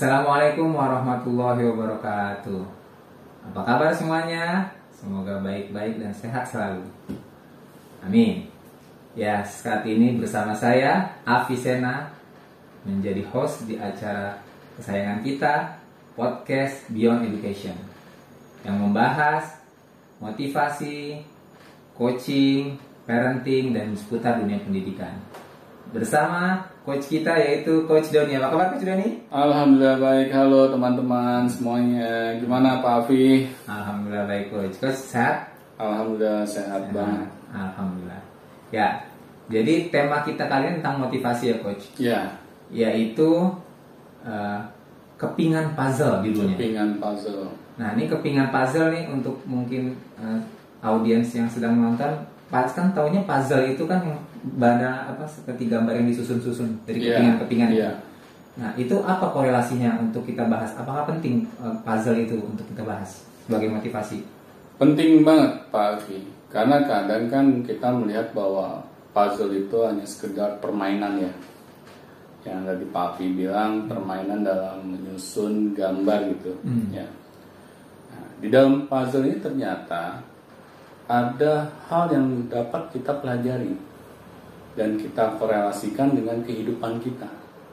Assalamualaikum warahmatullahi wabarakatuh. Apa kabar semuanya? Semoga baik-baik dan sehat selalu. Amin. Ya, saat ini bersama saya Afisena menjadi host di acara kesayangan kita, podcast Beyond Education, yang membahas motivasi, coaching, parenting, dan seputar dunia pendidikan. Bersama coach kita yaitu Coach Doni. Apa kabar Coach Doni? Alhamdulillah baik. Halo teman-teman semuanya. Gimana Pak Afi? Alhamdulillah baik Coach. Coach sehat? Alhamdulillah sehat banget. Alhamdulillah. Ya, jadi tema kita kali ini tentang motivasi ya Coach. Ya. Yaitu kepingan puzzle judulnya. Kepingan puzzle. Nah, ini kepingan puzzle nih untuk mungkin audiens yang sedang menonton. Kan taunya puzzle itu kan yang seperti gambar yang disusun-susun dari kepingan-kepingan. Iya. Nah, itu apa korelasinya untuk kita bahas? Apakah penting puzzle itu untuk kita bahas sebagai motivasi? Penting banget Pak Afi. Karena kadang kan kita melihat bahwa puzzle itu hanya sekedar permainan ya. Yang tadi Pak Afi bilang permainan dalam menyusun gambar gitu. Ya. Nah, di dalam puzzle ini ternyata ada hal yang dapat kita pelajari dan kita korelasikan dengan kehidupan kita.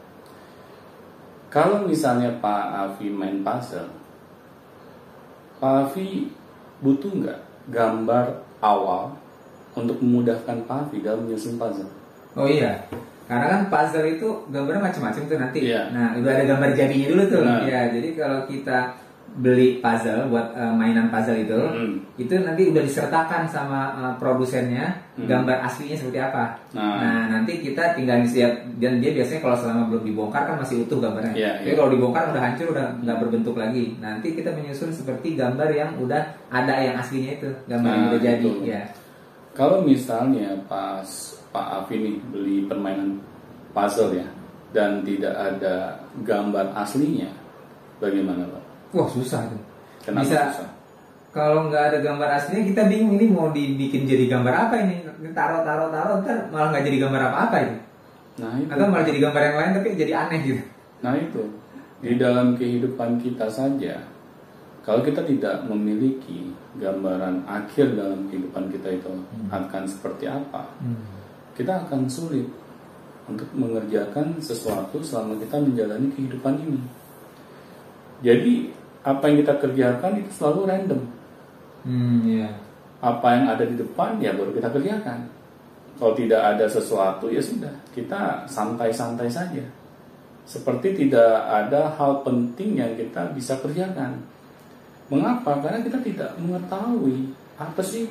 Kalau misalnya Pak Afi main puzzle, Pak Afi butuh nggak gambar awal untuk memudahkan Pak Afi dalam menyusun puzzle? Oh iya, karena kan puzzle itu gambarnya macam-macam tuh nanti. Iya. Nah, udah ada gambar jadinya dulu tuh. Nah. Ya, jadi kalau kita beli puzzle buat mainan puzzle itu nanti udah disertakan sama produsennya gambar aslinya seperti apa. Nah, nanti kita tinggal lihat, dan dia biasanya kalau selama belum dibongkar kan masih utuh gambarnya. Tapi kalau dibongkar udah hancur, udah nggak berbentuk lagi. Nanti kita menyusun seperti gambar yang udah ada yang aslinya itu, gambar yang udah jadi. Ya. Kalau misalnya pas Pak Afi nih beli permainan puzzle ya dan tidak ada gambar aslinya, bagaimana Pak? Wah, susah tuh. Kenapa Bisa, susah? kalau nggak ada gambar aslinya kita bingung ini mau dibikin jadi gambar apa ini. Taruh ntar malah nggak jadi gambar apa-apa itu. Nah itu. Atau malah jadi gambar yang lain tapi jadi aneh gitu. Nah itu. Di dalam kehidupan kita saja, kalau kita tidak memiliki gambaran akhir dalam kehidupan kita itu akan seperti apa, kita akan sulit untuk mengerjakan sesuatu selama kita menjalani kehidupan ini. Jadi apa yang kita kerjakan itu selalu random. Apa yang ada di depan ya baru kita kerjakan. Kalau tidak ada sesuatu ya sudah, kita santai-santai saja. Seperti tidak ada hal penting yang kita bisa kerjakan. Mengapa? Karena kita tidak mengetahui apa sih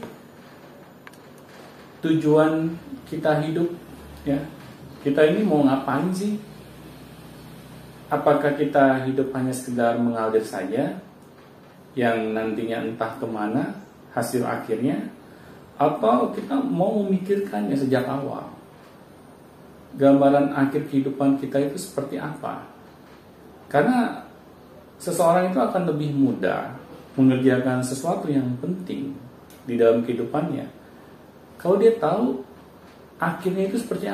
tujuan kita hidup ya. Kita ini mau ngapain sih? Apakah kita hidup hanya sekedar mengalir saja yang nantinya entah kemana hasil akhirnya, atau kita mau memikirkannya sejak awal gambaran akhir kehidupan kita itu seperti apa? Karena seseorang itu akan lebih mudah mengerjakan sesuatu yang penting di dalam kehidupannya kalau dia tahu akhirnya itu seperti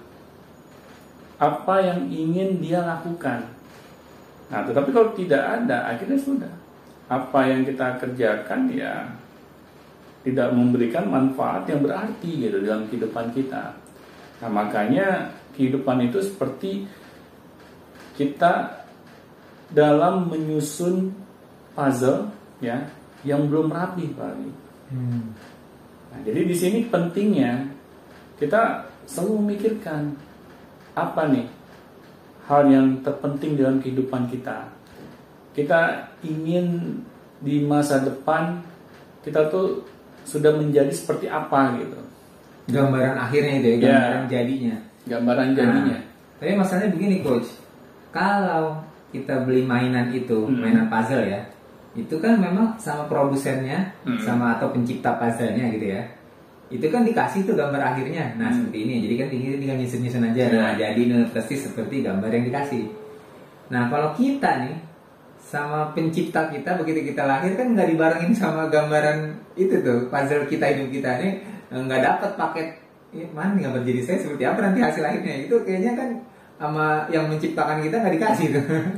apa yang ingin dia lakukan. Nah, tetapi kalau tidak ada, akhirnya sudah. Apa yang kita kerjakan ya tidak memberikan manfaat yang berarti gitu dalam kehidupan kita. Nah, makanya kehidupan itu seperti kita dalam menyusun puzzle ya yang belum rapi Pak. Nah, jadi di sini pentingnya kita selalu memikirkan apa nih hal yang terpenting dalam kehidupan kita. Kita ingin di masa depan kita tuh sudah menjadi seperti apa gitu. Gambaran akhirnya itu ya, gambaran jadinya. Gambaran jadinya. Tapi masalahnya begini Coach, kalau kita beli mainan itu, mainan puzzle ya, itu kan memang sama produsennya, sama atau pencipta puzzle-nya gitu ya. Itu kan dikasih tuh gambar akhirnya. Nah, seperti ini. Jadi kan tinggal nyusun-nyusun aja. Nah, jadi persis seperti gambar yang dikasih. Nah, kalau kita nih sama pencipta kita begitu kita lahir kan nggak dibarengin sama gambaran itu tuh, puzzle kita hidup kita nih nggak dapat paket mana nih gambar jadi saya seperti apa nanti hasil akhirnya. Itu kayaknya kan sama yang menciptakan kita nggak dikasih tuh.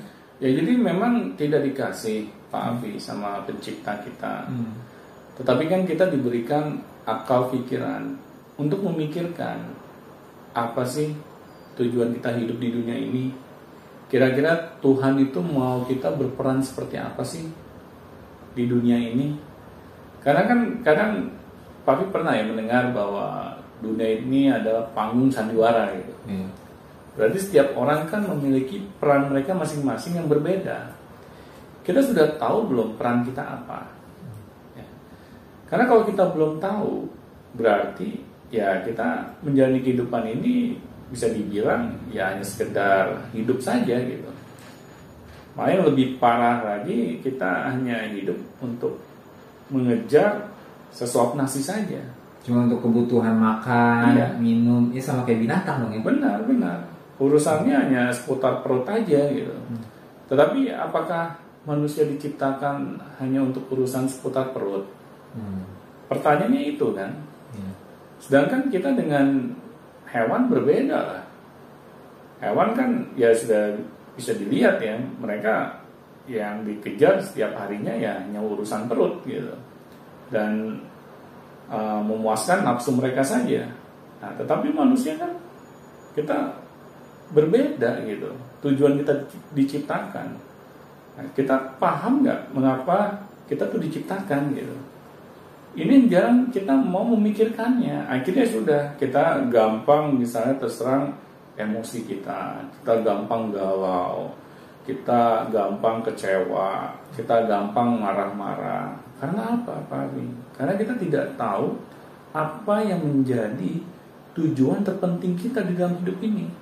Ya jadi memang tidak dikasih Pak Afi sama pencipta kita. Tetapi kan kita diberikan akal pikiran untuk memikirkan apa sih tujuan kita hidup di dunia ini. Kira-kira Tuhan itu mau kita berperan seperti apa sih di dunia ini? Karena kan kadang Pak Afi pernah ya mendengar bahwa dunia ini adalah panggung sandiwara gitu. Berarti setiap orang kan memiliki peran mereka masing-masing yang berbeda. Kita sudah tahu belum peran kita apa? Ya. Karena kalau kita belum tahu, berarti ya kita menjalani kehidupan ini bisa dibilang ya hanya sekedar hidup saja gitu. Makanya lebih parah lagi, kita hanya hidup untuk mengejar sesuap nasi saja. Cuma untuk kebutuhan makan, minum, ya sama kayak binatang dong ya. Benar. Urusannya hanya seputar perut aja gitu. Tetapi apakah manusia diciptakan hanya untuk urusan seputar perut? Pertanyaannya itu kan. Sedangkan kita dengan hewan berbeda lah. Hewan kan ya sudah bisa dilihat ya, mereka yang dikejar setiap harinya ya hanya urusan perut gitu. Dan memuaskan nafsu mereka saja. Nah, tetapi manusia kan kita berbeda gitu. Tujuan kita diciptakan. Nah, kita paham nggak mengapa kita tuh diciptakan gitu? Ini jarang kita mau memikirkannya. Akhirnya sudah kita gampang misalnya terserang emosi kita gampang galau, kita gampang kecewa, kita gampang marah-marah. Karena apa, Pak Abi? Karena kita tidak tahu apa yang menjadi tujuan terpenting kita di dalam hidup ini.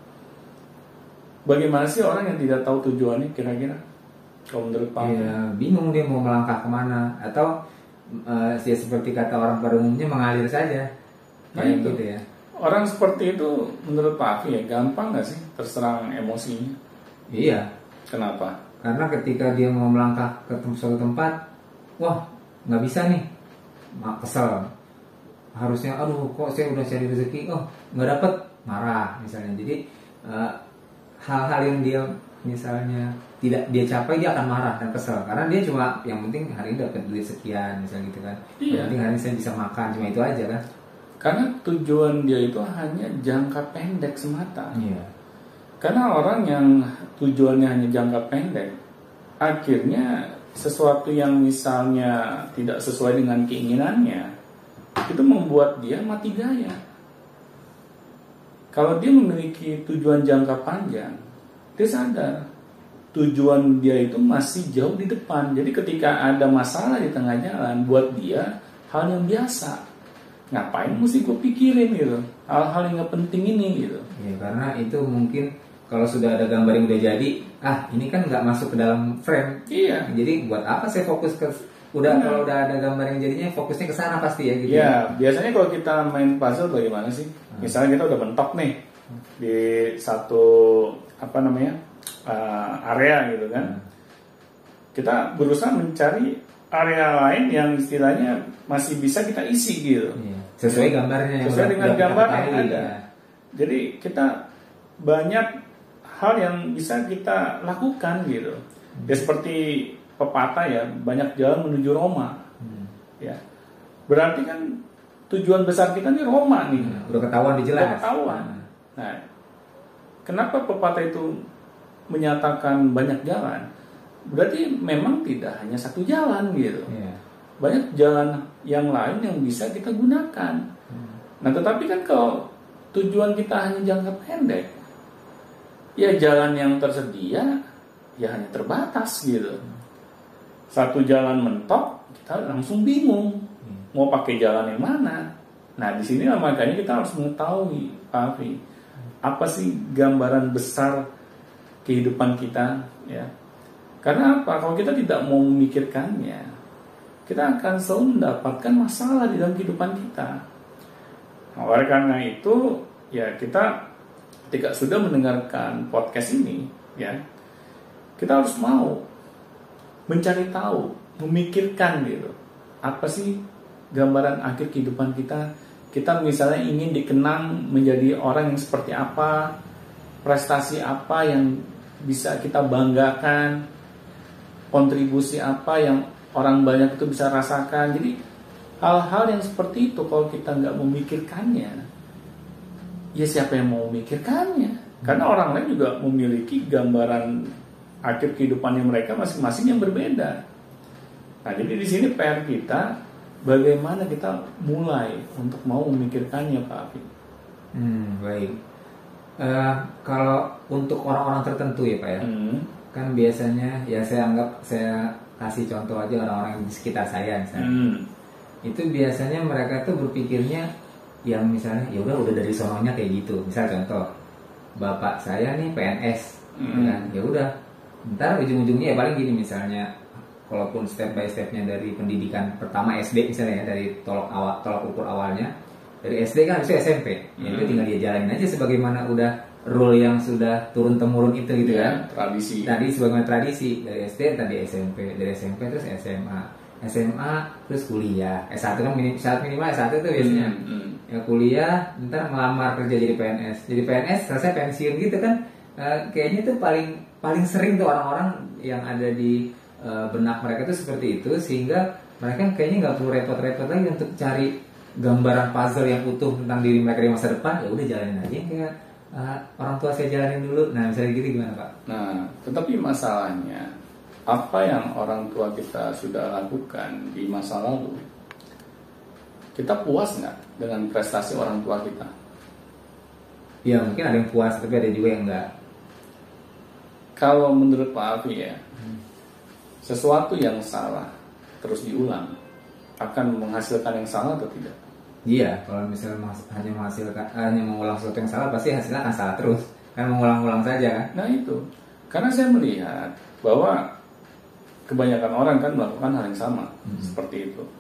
Bagaimana sih orang yang tidak tahu tujuannya kira-kira? Kalau menurut Pak? Ya, bingung dia mau melangkah kemana, atau ya seperti kata orang pada umumnya mengalir saja. Nah itu gitu ya. Orang seperti itu menurut Pak Afi ya gampang nggak sih terserang emosinya? Iya. Kenapa? Karena ketika dia mau melangkah ke suatu tempat, wah nggak bisa nih, kesel. Harusnya, aduh kok saya udah cari rezeki, oh nggak dapet, marah misalnya. Jadi hal-hal yang dia misalnya tidak dia capai, dia akan marah dan kesel karena dia cuma yang penting hari ini dapat duit sekian misalnya gitu kan. Yang penting hari ini saya bisa makan, cuma itu aja kan. Karena tujuan dia itu hanya jangka pendek semata. Iya. Karena orang yang tujuannya hanya jangka pendek, akhirnya sesuatu yang misalnya tidak sesuai dengan keinginannya, itu membuat dia mati gaya. Kalau dia memiliki tujuan jangka panjang, dia sadar tujuan dia itu masih jauh di depan. Jadi ketika ada masalah di tengah jalan, buat dia hal yang biasa. Ngapain mesti gue pikirin gitu, hal-hal yang gak penting ini gitu. Ya, karena itu mungkin kalau sudah ada gambar yang udah jadi, ini kan nggak masuk ke dalam frame. Iya. Jadi buat apa saya fokus ke kalau udah ada gambar yang jadinya, fokusnya ke sana pasti ya gitu. Ya, biasanya kalau kita main puzzle bagaimana sih? Misalnya kita udah mentok nih di satu area gitu kan. Kita berusaha mencari area lain yang istilahnya masih bisa kita isi gitu. Iya. Sesuai gambarnya yang sesuai dengan gambar yang ada. Ya. Jadi kita banyak hal yang bisa kita lakukan gitu. Ya seperti pepatah ya, banyak jalan menuju Roma. Ya. Berarti kan tujuan besar kita nih Roma nih. Udah ketahuan jelas. Udah ketahuan. Nah, kenapa pepatah itu menyatakan banyak jalan? Berarti memang tidak hanya satu jalan gitu. Yeah. Banyak jalan yang lain yang bisa kita gunakan. Nah, tetapi kan kalau tujuan kita hanya jangka pendek, ya jalan yang tersedia ya hanya terbatas gitu. Satu jalan mentok, kita langsung bingung mau pakai jalan yang mana. Nah, di sini makanya kita harus mengetahui, Pak Afi, apa sih gambaran besar kehidupan kita, ya. Karena apa? Kalau kita tidak mau memikirkannya, kita akan selalu mendapatkan masalah di dalam kehidupan kita. Nah, oleh karena itu, ya kita ketika sudah mendengarkan podcast ini, ya, kita harus mau mencari tahu, memikirkan gitu. Apa sih gambaran akhir kehidupan kita? Kita misalnya ingin dikenang menjadi orang yang seperti apa, prestasi apa yang bisa kita banggakan, kontribusi apa yang orang banyak itu bisa rasakan. Jadi hal-hal yang seperti itu kalau kita nggak memikirkannya, ya siapa yang mau memikirkannya? Karena orang lain juga memiliki gambaran akhir kehidupannya mereka masing-masing yang berbeda. Nah, jadi di sini PR kita, bagaimana kita mulai untuk mau memikirkannya, Pak Afif? Baik. Kalau untuk orang-orang tertentu ya Pak ya, kan biasanya ya saya kasih contoh aja orang-orang di sekitar saya misalnya. Itu biasanya mereka tuh berpikirnya yang misalnya ya udah dari sononya kayak gitu. Misal contoh, bapak saya nih PNS, kan? Ya udah, ntar ujung-ujungnya ya paling gini misalnya, kalaupun step by stepnya dari pendidikan pertama SD misalnya ya, dari tolok ukur awalnya, dari SD kan bisa SMP, ya itu tinggal dia jalanin aja sebagaimana udah rule yang sudah turun temurun itu gitu kan, tradisi. Tadi sebagaimana tradisi dari SD tadi SMP, dari SMP terus SMA terus kuliah, S1 kan syarat minimal S1 tuh biasanya. Ya kuliah, ntar melamar kerja jadi PNS. Jadi PNS selesai pensiun gitu kan. Kayaknya tuh paling sering tuh orang-orang yang ada di benak mereka tuh seperti itu, sehingga mereka kayaknya nggak perlu repot-repot lagi untuk cari gambaran puzzle yang utuh tentang diri mereka di masa depan. Ya udah jalanin aja yang kayak orang tua saya jalanin dulu. Nah misalnya gitu gimana Pak? Nah, tetapi masalahnya apa yang orang tua kita sudah lakukan di masa lalu, kita puas nggak dengan prestasi orang tua kita? Ya mungkin ada yang puas, tapi ada juga yang enggak. Kalau menurut Pak Afi ya, sesuatu yang salah terus diulang akan menghasilkan yang salah atau tidak? Iya, kalau misalnya hanya mengulang sesuatu yang salah, pasti hasilnya akan salah terus. Kan mengulang-ulang saja kan? Nah itu, karena saya melihat bahwa kebanyakan orang kan melakukan hal yang sama seperti itu.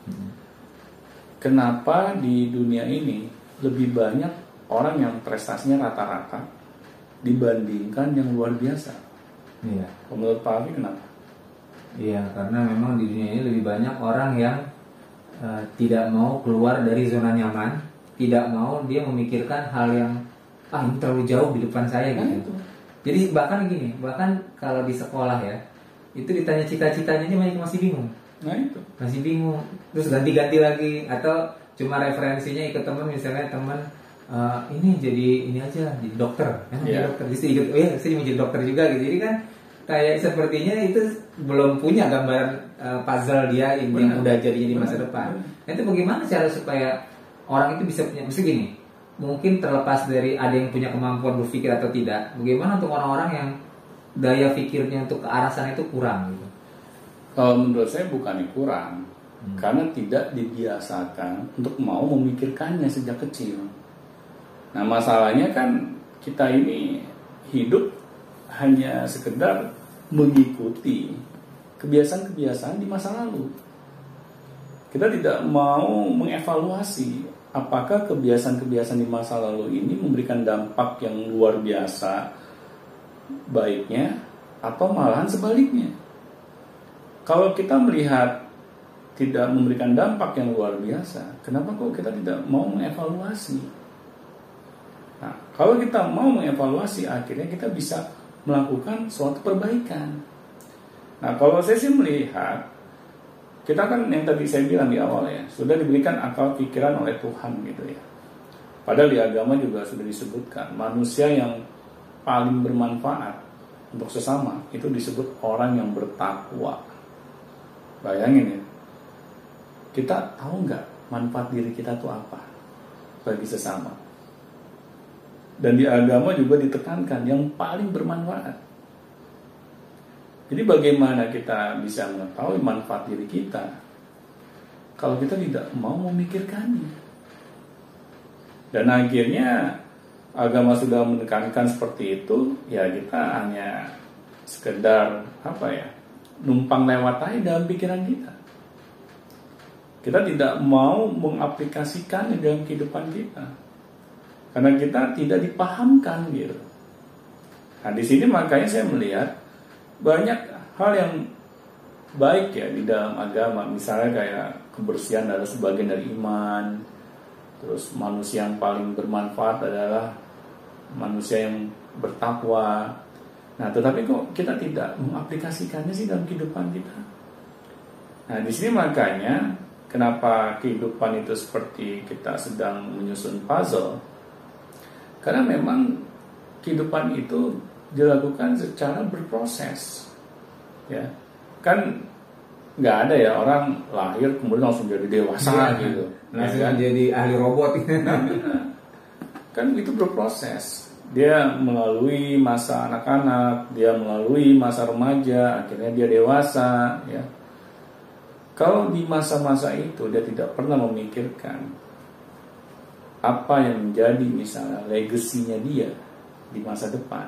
Kenapa di dunia ini lebih banyak orang yang prestasinya rata-rata dibandingkan yang luar biasa? Iya. Menurut Pak Afi kenapa? Iya, karena memang di dunia ini lebih banyak orang yang tidak mau keluar dari zona nyaman, tidak mau dia memikirkan hal yang ini terlalu jauh di depan saya gitu. Itu. Jadi bahkan kalau di sekolah ya, itu ditanya cita-citanya aja banyak masih bingung. Nah itu. Masih bingung. Terus ganti-ganti lagi, atau cuma referensinya ikut teman, misalnya teman ini jadi dokter, jadi dokter, jadi ikut, saya mau jadi dokter juga gitu. Jadi kan kayak sepertinya itu belum punya gambaran puzzle dia yang udah jadinya di masa depan. Nah, itu bagaimana cara supaya orang itu bisa punya, mesti gini, mungkin terlepas dari ada yang punya kemampuan berpikir atau tidak, bagaimana untuk orang-orang yang daya pikirnya untuk ke arah sana itu kurang gitu? Kalau menurut saya bukannya kurang, karena tidak dibiasakan untuk mau memikirkannya sejak kecil. Nah masalahnya kan kita ini hidup hanya sekedar mengikuti kebiasaan-kebiasaan di masa lalu. Kita tidak mau mengevaluasi apakah kebiasaan-kebiasaan di masa lalu ini memberikan dampak yang luar biasa baiknya atau malahan sebaliknya. Kalau kita melihat tidak memberikan dampak yang luar biasa, kenapa kok kita tidak mau mengevaluasi? Nah, kalau kita mau mengevaluasi, akhirnya kita bisa melakukan suatu perbaikan. Nah, kalau saya sih melihat, kita kan yang tadi saya bilang di awal ya, sudah diberikan akal pikiran oleh Tuhan gitu ya. Padahal di agama juga sudah disebutkan, manusia yang paling bermanfaat untuk sesama itu disebut orang yang bertakwa. Bayangin ya, kita tahu nggak manfaat diri kita itu apa bagi sesama? Dan di agama juga ditekankan yang paling bermanfaat. Jadi bagaimana kita bisa mengetahui manfaat diri kita kalau kita tidak mau memikirkannya? Dan akhirnya agama sudah menekankan seperti itu, ya kita hanya sekedar numpang lewat aja dalam pikiran kita. Kita tidak mau mengaplikasikan di dalam kehidupan kita, karena kita tidak dipahamkan gitu. Nah di sini makanya saya melihat banyak hal yang baik ya di dalam agama, misalnya kayak kebersihan adalah sebagian dari iman. Terus manusia yang paling bermanfaat adalah manusia yang bertakwa. Nah, tetapi kok kita tidak mengaplikasikannya sih dalam kehidupan kita? Nah, di sini makanya kenapa kehidupan itu seperti kita sedang menyusun puzzle. Karena memang kehidupan itu dilakukan secara berproses. Ya. Kan nggak ada ya orang lahir kemudian langsung jadi dewasa gitu. Langsung jadi ahli robot. Kan itu berproses. Dia melalui masa anak-anak, dia melalui masa remaja, akhirnya dia dewasa, ya. Kalau di masa-masa itu dia tidak pernah memikirkan apa yang menjadi misalnya legasinya dia di masa depan.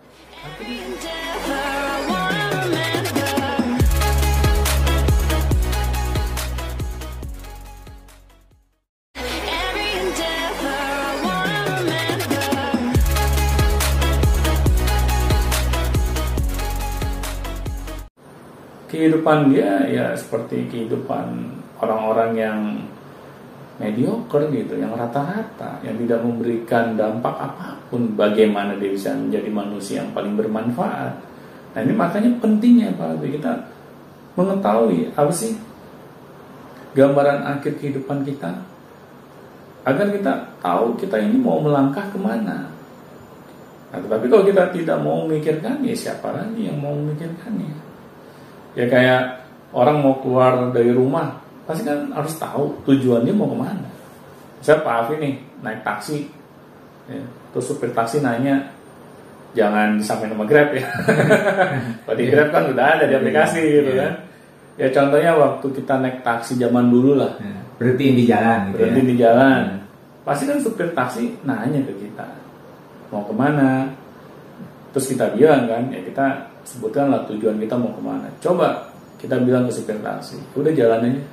Kehidupan dia ya seperti kehidupan orang-orang yang mediocre gitu, yang rata-rata, yang tidak memberikan dampak apapun. Bagaimana dia bisa menjadi manusia yang paling bermanfaat? Nah, ini makanya pentingnya Pak Abi, kita mengetahui apa sih gambaran akhir kehidupan kita, agar kita tahu kita ini mau melangkah kemana. Nah, tetapi kalau kita tidak mau memikirkan, ya siapa lagi yang mau memikirkannya? Ya kayak orang mau keluar dari rumah, pasti kan harus tahu tujuannya mau kemana. Saya Pak Afi nih naik taksi, ya, terus supir taksi nanya, jangan disamain sama Grab ya. Kalau di Grab kan udah ada di aplikasi gitu kan. Ya contohnya waktu kita naik taksi zaman dulu lah, berhentiin di jalan. Gitu berhenti di jalan, pasti kan supir taksi nanya ke kita mau kemana. Terus kita bilang kan, ya kita sebutkanlah tujuan kita mau kemana. Coba kita bilang ke supir taksi, udah jalan aja.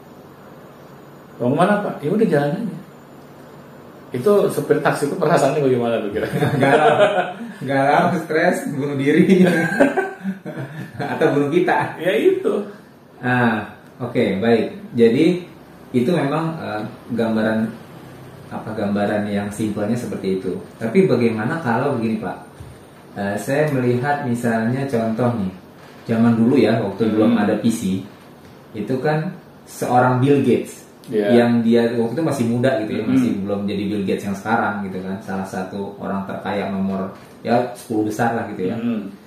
Mau kemana Pak? Ya udah jalan aja. Itu supir taksi itu perasaannya bagaimana tuh kira? Galau, stres, bunuh diri, atau bunuh kita? Ya itu. Oke, baik. Jadi itu memang gambaran yang simpelnya seperti itu. Tapi bagaimana kalau begini Pak? Saya melihat misalnya contoh nih, zaman dulu ya, waktu belum ada PC, itu kan seorang Bill Gates, yang dia waktu itu masih muda gitu ya, masih belum jadi Bill Gates yang sekarang gitu kan, salah satu orang terkaya nomor ya 10 besar lah gitu ya.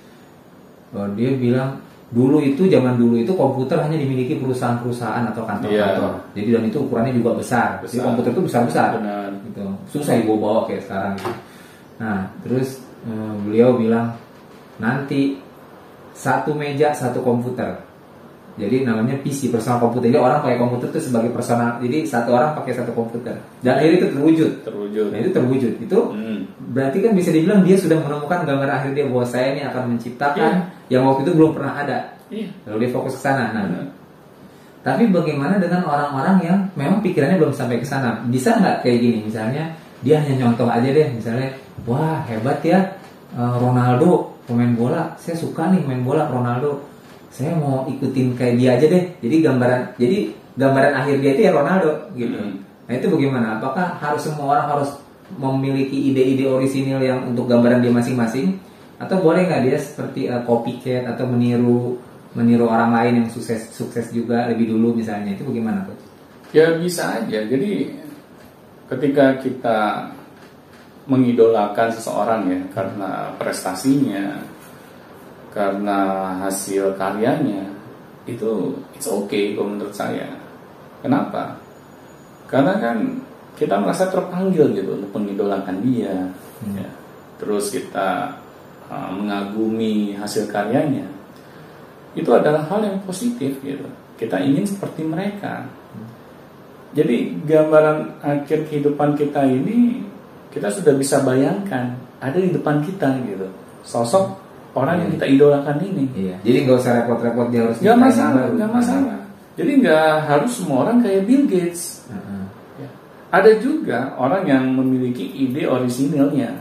Dia bilang zaman dulu itu komputer hanya dimiliki perusahaan-perusahaan atau kantor-kantor. Jadi dan itu ukurannya juga besar. Jadi komputer itu besar-besar. Gitu. Susah dibawa kayak sekarang gitu. Nah, terus beliau bilang nanti satu meja satu komputer, jadi namanya PC, personal komputer. Jadi orang pakai komputer itu sebagai personal, jadi satu orang pakai satu komputer, dan akhirnya itu terwujud. Nah, itu terwujud itu berarti kan bisa dibilang dia sudah menemukan gambar akhir dia bahwa saya ini akan menciptakan yang waktu itu belum pernah ada. Lalu dia fokus ke sana. Tapi bagaimana dengan orang-orang yang memang pikirannya belum sampai ke sana? Bisa nggak kayak gini, misalnya dia hanya nyontoh aja deh, misalnya wah hebat ya Ronaldo pemain bola, saya suka nih main bola Ronaldo, saya mau ikutin kayak dia aja deh. Jadi gambaran akhir dia itu ya Ronaldo gitu. Nah itu bagaimana? Apakah semua orang harus memiliki ide-ide orisinil yang untuk gambaran dia masing-masing, atau boleh nggak dia seperti copycat atau meniru orang lain yang sukses juga lebih dulu misalnya? Itu bagaimana Coach? Ya bisa aja. Jadi ketika kita mengidolakan seseorang ya karena prestasinya, karena hasil karyanya, itu it's okay kalau menurut saya. Kenapa? Karena kan kita merasa terpanggil gitu untuk mengidolakan dia, ya. Terus kita mengagumi hasil karyanya. Itu adalah hal yang positif gitu. Kita ingin seperti mereka. Jadi gambaran akhir kehidupan kita ini kita sudah bisa bayangkan ada di depan kita gitu, sosok orang yang kita idolakan ini. Jadi nggak usah repot-repot dia harus. Nggak masalah. Jadi nggak harus semua orang kayak Bill Gates. Ya. Ada juga orang yang memiliki ide orisinilnya.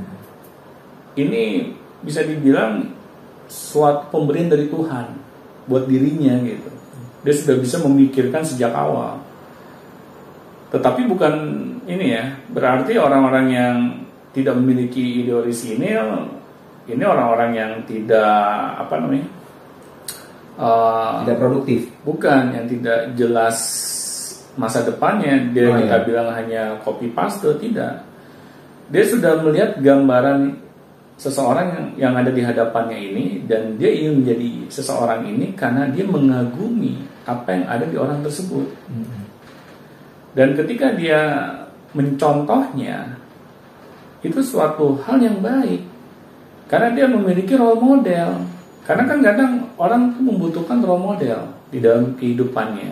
Ini bisa dibilang suatu pemberian dari Tuhan buat dirinya gitu. Dia sudah bisa memikirkan sejak awal. Tetapi bukan ini ya, berarti orang-orang yang tidak memiliki ide orisinil ini orang-orang yang tidak Tidak produktif. bukan, yang tidak jelas masa depannya. Kita bilang hanya copy paste, tidak. Dia sudah melihat gambaran seseorang yang ada di hadapannya ini, dan dia ingin menjadi seseorang ini karena dia mengagumi apa yang ada di orang tersebut. Dan ketika dia mencontohnya, itu suatu hal yang baik karena dia memiliki role model. Karena kan kadang orang itu membutuhkan role model di dalam kehidupannya.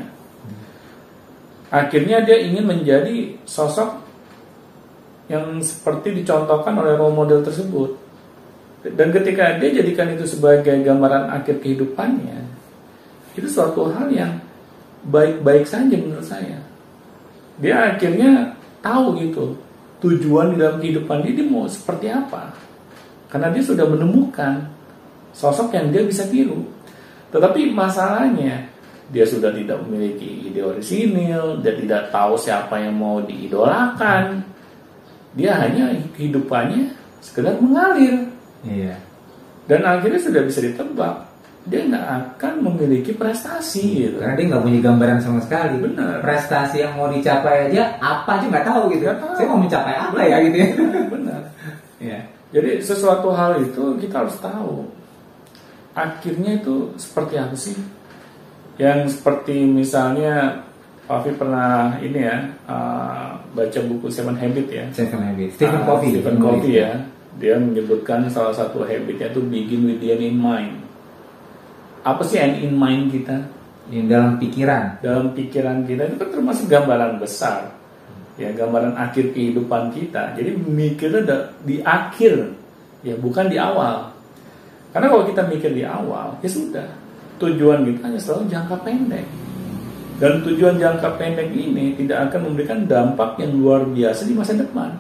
Akhirnya dia ingin menjadi sosok yang seperti dicontohkan oleh role model tersebut. Dan ketika dia jadikan itu sebagai gambaran akhir kehidupannya, itu suatu hal yang baik-baik saja menurut saya. Dia akhirnya tahu gitu tujuan di dalam kehidupan dia mau seperti apa, karena dia sudah menemukan sosok yang dia bisa tiru. Tetapi masalahnya, dia sudah tidak memiliki ide orisinil, dia tidak tahu siapa yang mau diidolakan. Dia hanya kehidupannya sekedar mengalir. Iya. Dan akhirnya sudah bisa ditebak, dia nggak akan memiliki prestasi gitu. Karena dia nggak punya gambaran sama sekali. Benar. Prestasi yang mau dicapai aja apa aja nggak tahu gitu. Nggak tahu. Saya mau mencapai apa ya gitu ya. Benar. Iya. Jadi sesuatu hal itu kita harus tahu akhirnya itu seperti apa sih. Yang seperti misalnya Pavi pernah ini ya baca buku Seven Habits ya. Seven Habits. Stephen Covey. Stephen Covey ya. Dia menyebutkan salah satu habitnya itu begin with the end in mind. Apa sih end in mind kita? Yang dalam pikiran. Dalam pikiran kita itu kan termasuk gambaran besar. Ya, gambaran akhir kehidupan kita. Jadi mikirnya di akhir, ya bukan di awal. Karena kalau kita mikir di awal, ya sudah. Tujuan kita hanya selalu jangka pendek. Dan tujuan jangka pendek ini tidak akan memberikan dampak yang luar biasa di masa depan.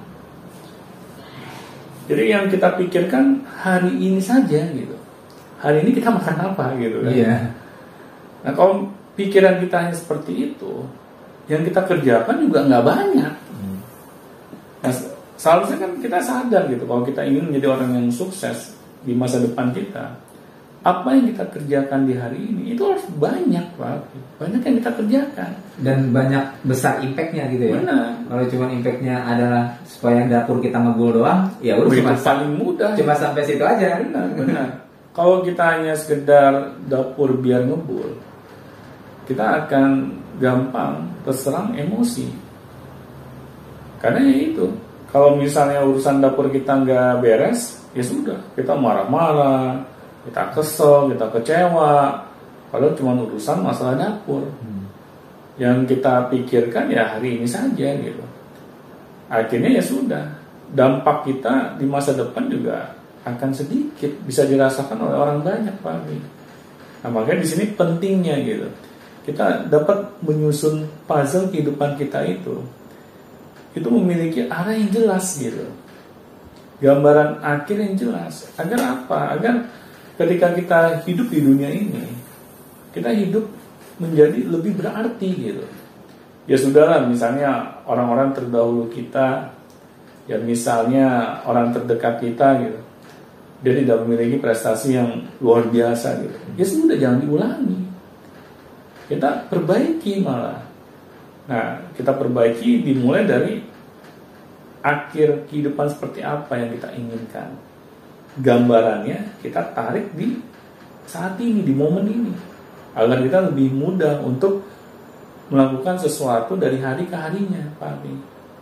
Jadi yang kita pikirkan hari ini saja gitu. Hari ini kita makan apa gitu kan. Iya. Nah kalau pikiran kita hanya seperti itu, yang kita kerjakan juga nggak banyak. Nah seharusnya kan kita sadar gitu, kalau kita ingin menjadi orang yang sukses di masa depan kita, apa yang kita kerjakan di hari ini itu harus banyak, Pak. Banyak yang kita kerjakan. Dan banyak besar impactnya gitu ya. Benar. Kalau cuma impactnya adalah supaya dapur kita ngebul doang, ya udah cuma paling mudah. Cuma sampai situ aja. Benar. Kalau kita hanya sekedar dapur biar ngebul, kita akan gampang terserang emosi. Karena ya itu, kalau misalnya urusan dapur kita nggak beres, ya sudah, kita marah-marah, kita kesel, kita kecewa. Kalau cuma urusan masalah dapur, yang kita pikirkan ya hari ini saja gitu. Akhirnya ya sudah, dampak kita di masa depan juga akan sedikit, bisa dirasakan oleh orang banyak, Pak. Nah, makanya di sini pentingnya gitu. Kita dapat menyusun puzzle kehidupan kita itu memiliki arah yang jelas gitu. Gambaran akhir yang jelas. Agar apa? Agar ketika kita hidup di dunia ini, kita hidup menjadi lebih berarti gitu. Ya sudahlah, misalnya orang-orang terdahulu kita, ya misalnya orang terdekat kita gitu, dia tidak memiliki prestasi yang luar biasa gitu. Ya sudah, jangan diulangi. Kita perbaiki malah. Nah, kita perbaiki dimulai dari akhir kehidupan seperti apa yang kita inginkan. Gambarannya kita tarik di saat ini, di momen ini, agar kita lebih mudah untuk melakukan sesuatu dari hari ke harinya, Pak Abi.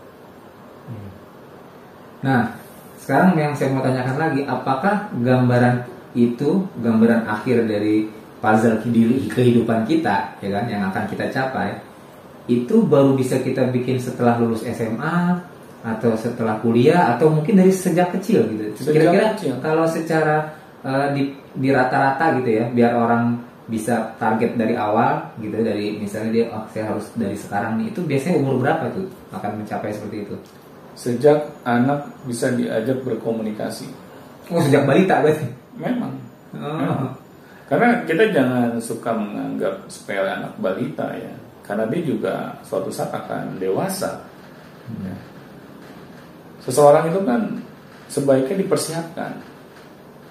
Nah, sekarang yang saya mau tanyakan lagi, apakah gambaran itu, gambaran akhir dari puzzle di kehidupan kita, ya kan, yang akan kita capai, itu baru bisa kita bikin setelah lulus SMA atau setelah kuliah atau mungkin dari sejak kecil gitu. Kira-kira kalau secara di rata-rata gitu ya, biar orang bisa target dari awal gitu, dari misalnya dia saya harus dari sekarang nih, itu biasanya umur berapa tuh akan mencapai seperti itu? Sejak anak bisa diajak berkomunikasi. Oh, sejak balita berarti? Memang. Karena kita jangan suka menganggap sepele anak balita ya, karena dia juga suatu saat akan dewasa. Seseorang itu kan sebaiknya dipersiapkan.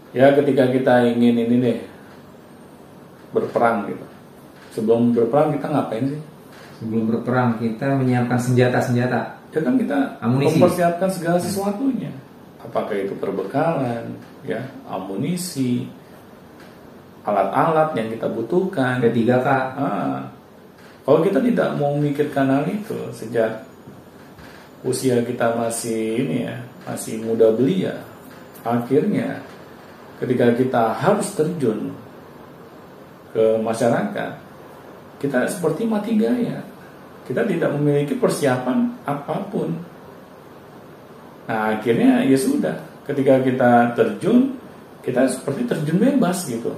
Ya ketika kita ingin ini deh berperang gitu. Sebelum berperang kita ngapain sih? Sebelum berperang kita menyiapkan senjata-senjata. Ya kan kita Amunisi. mempersiapkan segala sesuatunya. Apakah itu perbekalan, ya, amunisi, alat-alat yang kita butuhkan. P3K. Kalau kita tidak mau memikirkan hal itu sejak usia kita masih ini ya, masih muda belia, akhirnya ketika kita harus terjun ke masyarakat, kita seperti mati gaya. Kita tidak memiliki persiapan apapun. Nah, akhirnya ya sudah. Ketika kita terjun, kita seperti terjun bebas gitu.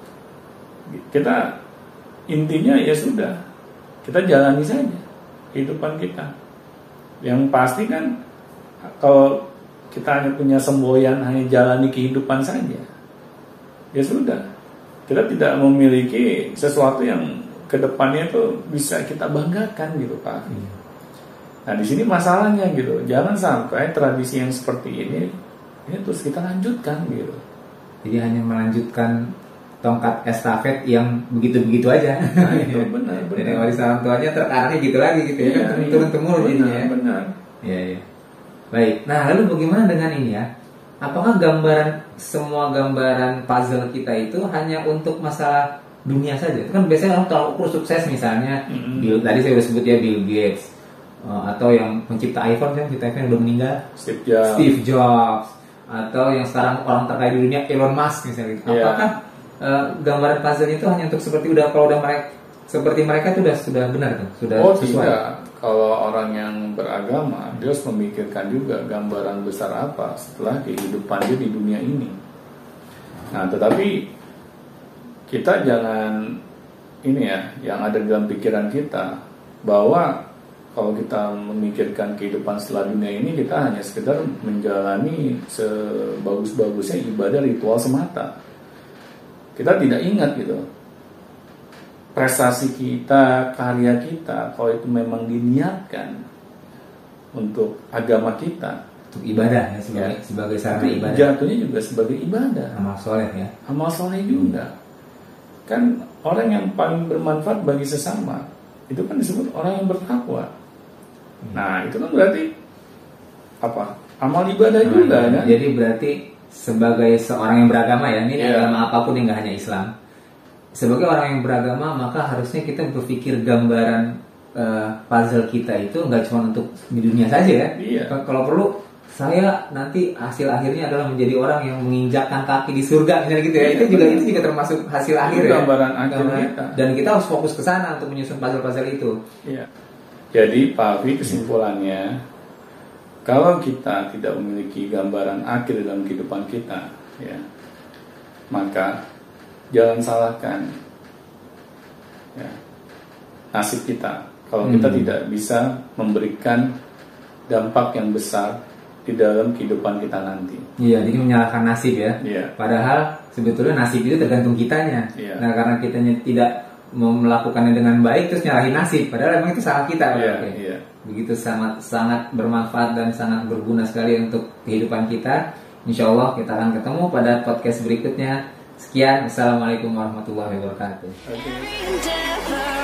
Kita intinya ya sudah. Kita jalani saja kehidupan kita. Yang pasti kan kalau kita hanya punya semboyan hanya jalani kehidupan saja, ya sudah. Kita tidak memiliki sesuatu yang kedepannya itu bisa kita banggakan gitu Pak. Nah di sini masalahnya gitu, jangan sampai tradisi yang seperti ini terus kita lanjutkan gitu. Jadi hanya melanjutkan tongkat estafet yang begitu-begitu aja. Nah, itu benar. Dari warisan orang tuanya terarahnya gitu lagi gitu ya, turun temurun jadinya ya. Benar. Iya. Baik. Nah lalu bagaimana dengan ini ya? Apakah semua gambaran puzzle kita itu hanya untuk masalah dunia saja? Itu kan biasanya kalau sukses misalnya, tadi saya sudah sebut ya Bill Gates, atau yang pencipta iPhone kan, pencipta iPhone yang udah meninggal, Steve Jobs, atau yang sekarang orang terkaya di dunia Elon Musk misalnya. Apakah gambaran puzzle itu hanya untuk kalau udah mereka seperti mereka itu sudah benar kan? Sudah sesuai? Tidak. Kalau orang yang beragama, dia harus memikirkan juga gambaran besar apa setelah kehidupan dia di dunia ini. Nah, tetapi kita jangan ini ya, yang ada dalam pikiran kita bahwa kalau kita memikirkan kehidupan setelah dunia ini, kita hanya sekedar menjalani sebagus-bagusnya ibadah ritual semata. Kita tidak ingat gitu, prestasi kita, karya kita, kalau itu memang diniatkan untuk agama kita, untuk ibadah ya, sebagai sarana ibadah. Jatuhnya juga sebagai ibadah. Amal soleh ya. Amal soleh juga. Kan orang yang paling bermanfaat bagi sesama itu kan disebut orang yang bertakwa. Nah itu kan berarti apa? Amal ibadah juga kan? Jadi berarti sebagai seorang yang beragama ya, ini agama apapun yang nggak hanya Islam. Sebagai orang yang beragama maka harusnya kita berpikir gambaran puzzle kita itu nggak cuma untuk di dunia saja ya. Kalau perlu saya nanti hasil akhirnya adalah menjadi orang yang menginjakkan kaki di surga misalnya gitu ya. Itu juga termasuk hasil akhir ya. Gambaran akhir kita. Dan kita harus fokus ke sana untuk menyusun puzzle-puzzle itu. Iya. Jadi Pak Afi, kesimpulannya, kalau kita tidak memiliki gambaran akhir dalam kehidupan kita, ya, maka jangan salahkan ya, nasib kita. Kalau kita tidak bisa memberikan dampak yang besar di dalam kehidupan kita nanti. Iya, jadi menyalahkan nasib ya. Padahal sebetulnya nasib itu tergantung kitanya. Nah, karena kitanya tidak melakukannya dengan baik terus nyalahin nasib. Padahal memang itu salah kita. Begitu sangat bermanfaat dan sangat berguna sekali untuk kehidupan kita. Insya Allah kita akan ketemu pada podcast berikutnya. Sekian, Assalamualaikum warahmatullahi wabarakatuh.